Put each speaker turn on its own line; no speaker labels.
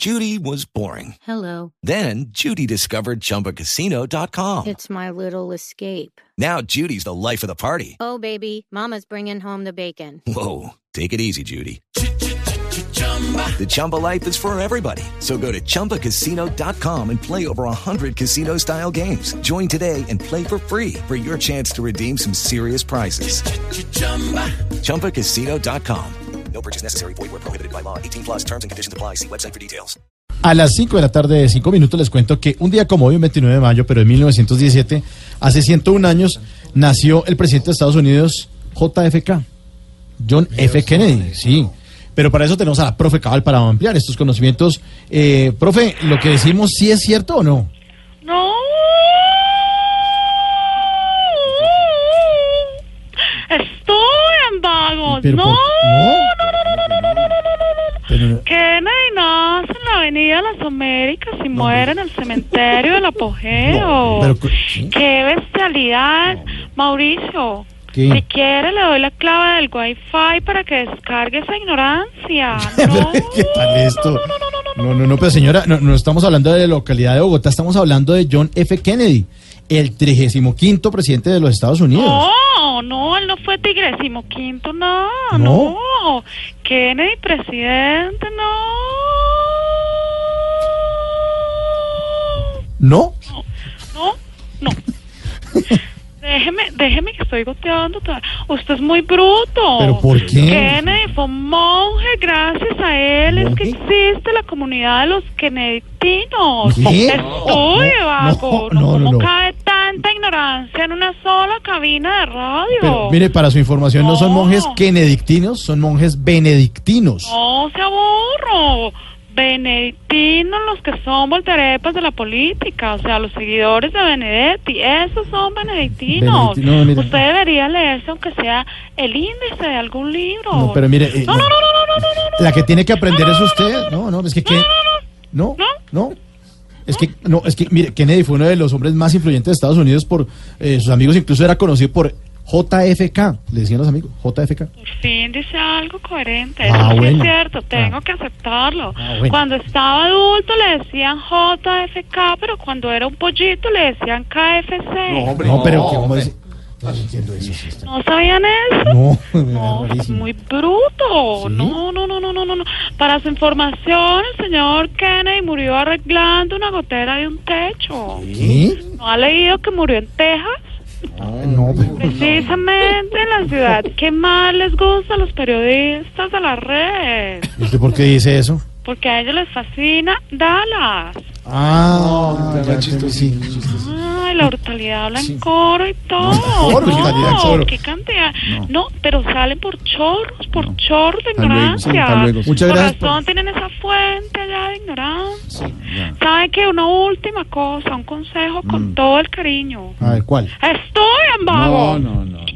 Judy was boring.
Hello.
Then Judy discovered ChumbaCasino.com.
It's my little escape.
Now Judy's the life of the party.
Oh, baby, mama's bringing home the bacon.
Whoa, take it easy, Judy. The Chumba life is for everybody. So go to ChumbaCasino.com and play over 100 casino-style games. Join today and play for free for your chance to redeem some serious prizes. ChumbaCasino.com. No purchase necessary. Void where prohibited by law. 18 plus terms and conditions apply. See website for details.
A las 5 de la tarde, 5 minutos, les cuento que un día como hoy, un 29 de mayo, pero de 1917, hace 101 años, nació el presidente de Estados Unidos, JFK, John F. Kennedy, sí. Pero para eso tenemos a la profe Cabal para ampliar estos conocimientos. Profe, ¿lo que decimos sí es cierto o no?
No. Estoy en vagos.
Pero
No.
Pero no.
Kennedy nace en la Avenida de las Américas y muere en el cementerio del Apogeo.
¿sí?
¡Qué bestialidad! Mauricio,
¿Qué?
si quiere le doy la clave del Wi-Fi para que descargue esa ignorancia. No.
¿Qué tal esto? No, pero señora, no estamos hablando de la localidad de Bogotá, estamos hablando de John F. Kennedy, el 35º presidente de los Estados Unidos.
No, él no fue 35º, no. Kennedy presidente,
¿No?
No. Déjeme que estoy goteando. Usted es muy bruto.
¿Pero por qué?
Kennedy fue un monje, gracias a él es que existe la comunidad de los kenneditinos.
¿Qué?
Estudie, vago. ¿Cómo
No.
cabe tanta ignorancia en una sola cabina de radio?
Pero, mire, para su información, no son monjes kennedictinos, son monjes benedictinos.
No se aburro. Benedictinos, los que son volterepas de la política, o sea, los seguidores de Benedetti, esos son benedictinos.
No, mire.
Usted debería leerse, aunque sea el índice de algún libro.
No, pero mire,
No.
la que tiene que aprender es usted. No. Es que, mire, Kennedy fue uno de los hombres más influyentes de Estados Unidos por sus amigos, incluso era conocido por JFK, le decían los amigos, JFK.
Por fin dice algo coherente,
Ah,
eso sí
bueno.
es cierto, tengo que aceptarlo.
Bueno.
Cuando estaba adulto le decían JFK, pero cuando era un pollito le decían KFC.
No, pero ¿cómo dice? No entiendo eso.
¿No sabían eso?
No,
Es
rarísimo.
muy bruto.
¿Sí?
No. Para su información, el señor Kennedy murió arreglando una gotera de un techo.
¿Qué?
¿No ha leído que murió en Texas?
No,
Precisamente en la ciudad que más les gusta a los periodistas de la red.
¿y usted por qué dice eso?
Porque a ellos les fascina Dallas.
Ya sí.
Ay, la brutalidad habla
Sí.
en coro y todo.
brutalidad en coro.
Qué cantidad. No, pero salen por chorros de
Hasta luego,
ignorancia.
hasta luego.
Muchas
Por
gracias.
razón tienen esa fuente allá de ignorancia. ¿Sabe qué? Una última cosa, un consejo con todo el cariño.
A ver, ¿cuál?
Estoy en vago.
No.